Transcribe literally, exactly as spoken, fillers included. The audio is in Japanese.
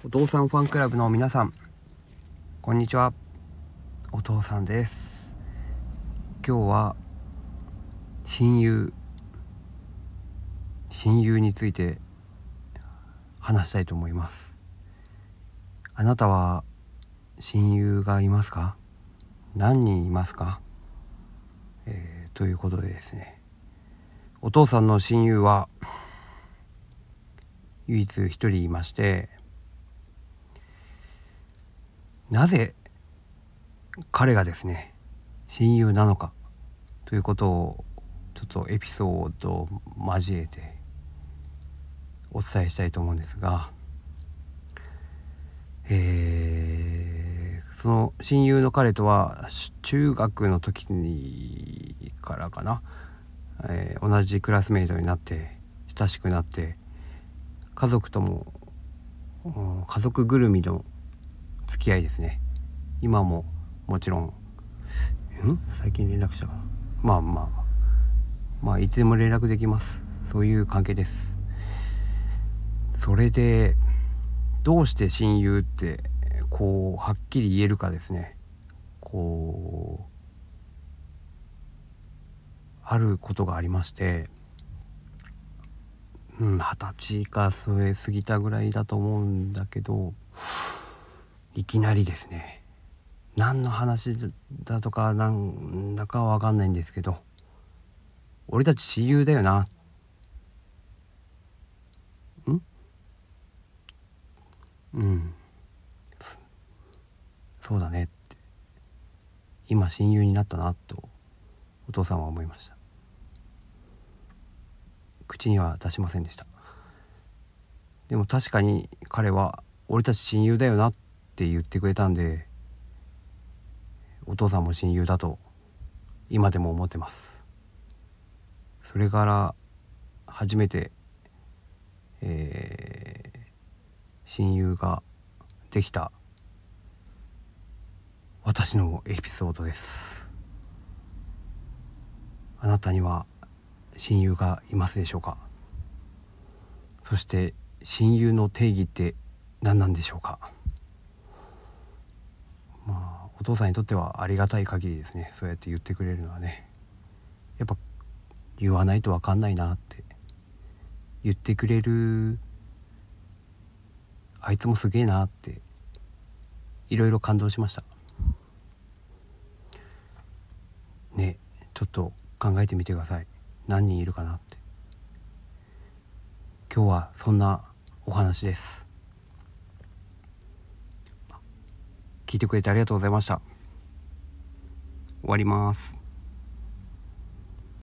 お父さんファンクラブの皆さん、こんにちは。お父さんです。今日は親友親友について話したいと思います。あなたは親友がいますか？何人いますか？えー、ということでですね、お父さんの親友は唯一一人いまして、なぜ彼がですね親友なのかということをちょっとエピソードを交えてお伝えしたいと思うんですが、えー、その親友の彼とは中学の時にからかな、えー、同じクラスメイトになって親しくなって、家族とも家族ぐるみの付き合いですね。今ももちろん、ん最近連絡したかな、まあまあまあいつでも連絡できます。そういう関係です。それでどうして親友ってこうはっきり言えるかですね、こうあることがありまして、うん二十歳かそれ過ぎたぐらいだと思うんだけど、いきなりですね、何の話だとかなんだかは分かんないんですけど、俺たち親友だよな、んうんそうだねって、今親友になったなとお父さんは思いました。口には出しませんでした。でも確かに彼は俺たち親友だよなって言ってくれたんで、お父さんも親友だと今でも思ってます。それから初めて、えー、親友ができた私のエピソードです。あなたには親友がいますでしょうか？そして親友の定義って何なんでしょうか？まあお父さんにとってはありがたい限りですね。そうやって言ってくれるのはね、やっぱ言わないと分かんないなって、言ってくれるあいつもすげえなっていろいろ感動しましたね。ちょっと考えてみてください。何人いるかなって。今日はそんなお話です。聞いてくれてありがとうございました。終わります。